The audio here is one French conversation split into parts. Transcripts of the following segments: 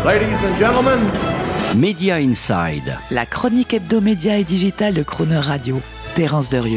Ladies and gentlemen, Media Inside. La chronique hebdomédia et digitale de Croner Radio. Terence Derieux.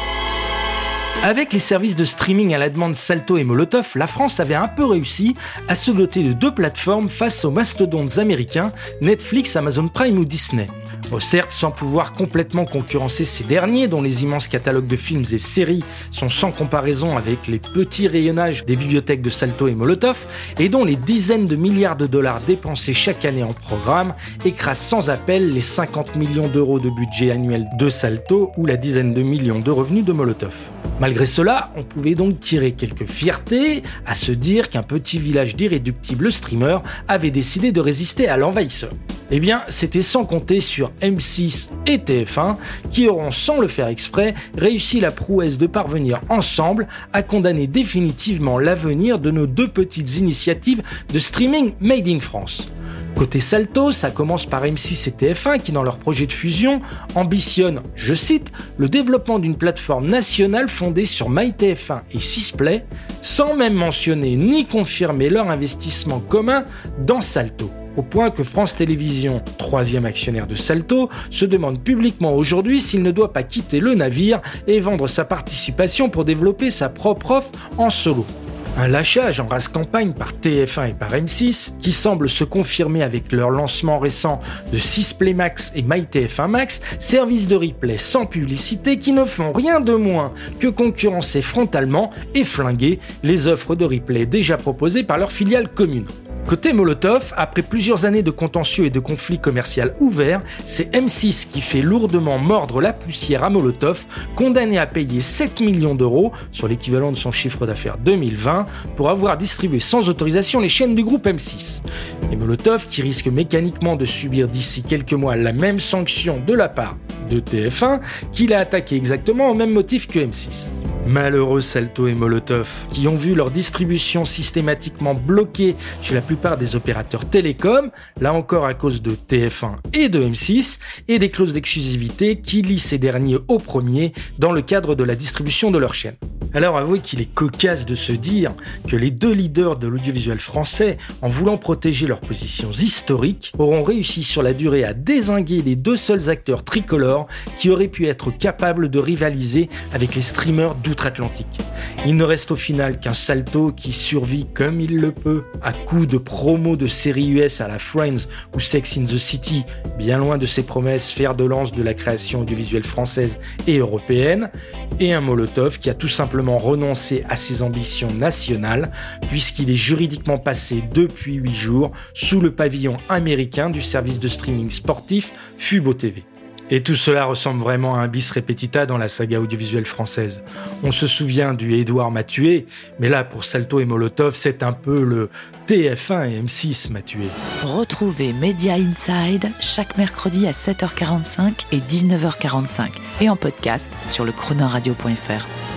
Avec les services de streaming à la demande Salto et Molotov, la France avait un peu réussi à se doter de 2 plateformes face aux mastodontes américains Netflix, Amazon Prime ou Disney. Bon, certes, sans pouvoir complètement concurrencer ces derniers, dont les immenses catalogues de films et séries sont sans comparaison avec les petits rayonnages des bibliothèques de Salto et Molotov, et dont les dizaines de milliards de dollars dépensés chaque année en programme écrasent sans appel les 50 millions d'euros de budget annuel de Salto ou la dizaine de millions de revenus de Molotov. Malgré cela, on pouvait donc tirer quelques fiertés à se dire qu'un petit village d'irréductibles streamers avait décidé de résister à l'envahisseur. Eh bien, c'était sans compter sur M6 et TF1 qui auront, sans le faire exprès, réussi la prouesse de parvenir ensemble à condamner définitivement l'avenir de nos 2 petites initiatives de streaming made in France. Côté Salto, ça commence par M6 et TF1 qui, dans leur projet de fusion, ambitionnent, je cite, le développement d'une plateforme nationale fondée sur MyTF1 et Sisplay, sans même mentionner ni confirmer leur investissement commun dans Salto. Au point que France Télévisions, 3e actionnaire de Salto, se demande publiquement aujourd'hui s'il ne doit pas quitter le navire et vendre sa participation pour développer sa propre offre en solo. Un lâchage en race campagne par TF1 et par M6, qui semble se confirmer avec leur lancement récent de Sisplay Max et MyTF1 Max, services de replay sans publicité qui ne font rien de moins que concurrencer frontalement et flinguer les offres de replay déjà proposées par leurs filiales communes. Côté Molotov, après plusieurs années de contentieux et de conflits commerciaux ouverts, c'est M6 qui fait lourdement mordre la poussière à Molotov, condamné à payer 7 millions d'euros, sur l'équivalent de son chiffre d'affaires 2020, pour avoir distribué sans autorisation les chaînes du groupe M6. Et Molotov, qui risque mécaniquement de subir d'ici quelques mois la même sanction de la part de TF1, qu'il a attaqué exactement au même motif que M6. Malheureux Salto et Molotov, qui ont vu leur distribution systématiquement bloquée chez la plupart des opérateurs télécoms, là encore à cause de TF1 et de M6, et des clauses d'exclusivité qui lient ces derniers au premier dans le cadre de la distribution de leur chaîne. Alors avouez qu'il est cocasse de se dire que les 2 leaders de l'audiovisuel français, en voulant protéger leurs positions historiques, auront réussi sur la durée à dézinguer les 2 seuls acteurs tricolores qui auraient pu être capables de rivaliser avec les streamers d'outre-Atlantique. Il ne reste au final qu'un Salto qui survit comme il le peut, à coups de promos de séries US à la Friends ou Sex in the City, bien loin de ses promesses fer de lance de la création audiovisuelle française et européenne, et un Molotov qui a tout simplement renoncé à ses ambitions nationales, puisqu'il est juridiquement passé depuis 8 jours sous le pavillon américain du service de streaming sportif Fubo TV. Et tout cela ressemble vraiment à un bis repetita dans la saga audiovisuelle française. On se souvient du Édouard m'a tué, mais là, pour Salto et Molotov, c'est un peu le TF1 et M6 m'a tué. Retrouvez Media Inside chaque mercredi à 7h45 et 19h45 et en podcast sur le chronoradio.fr.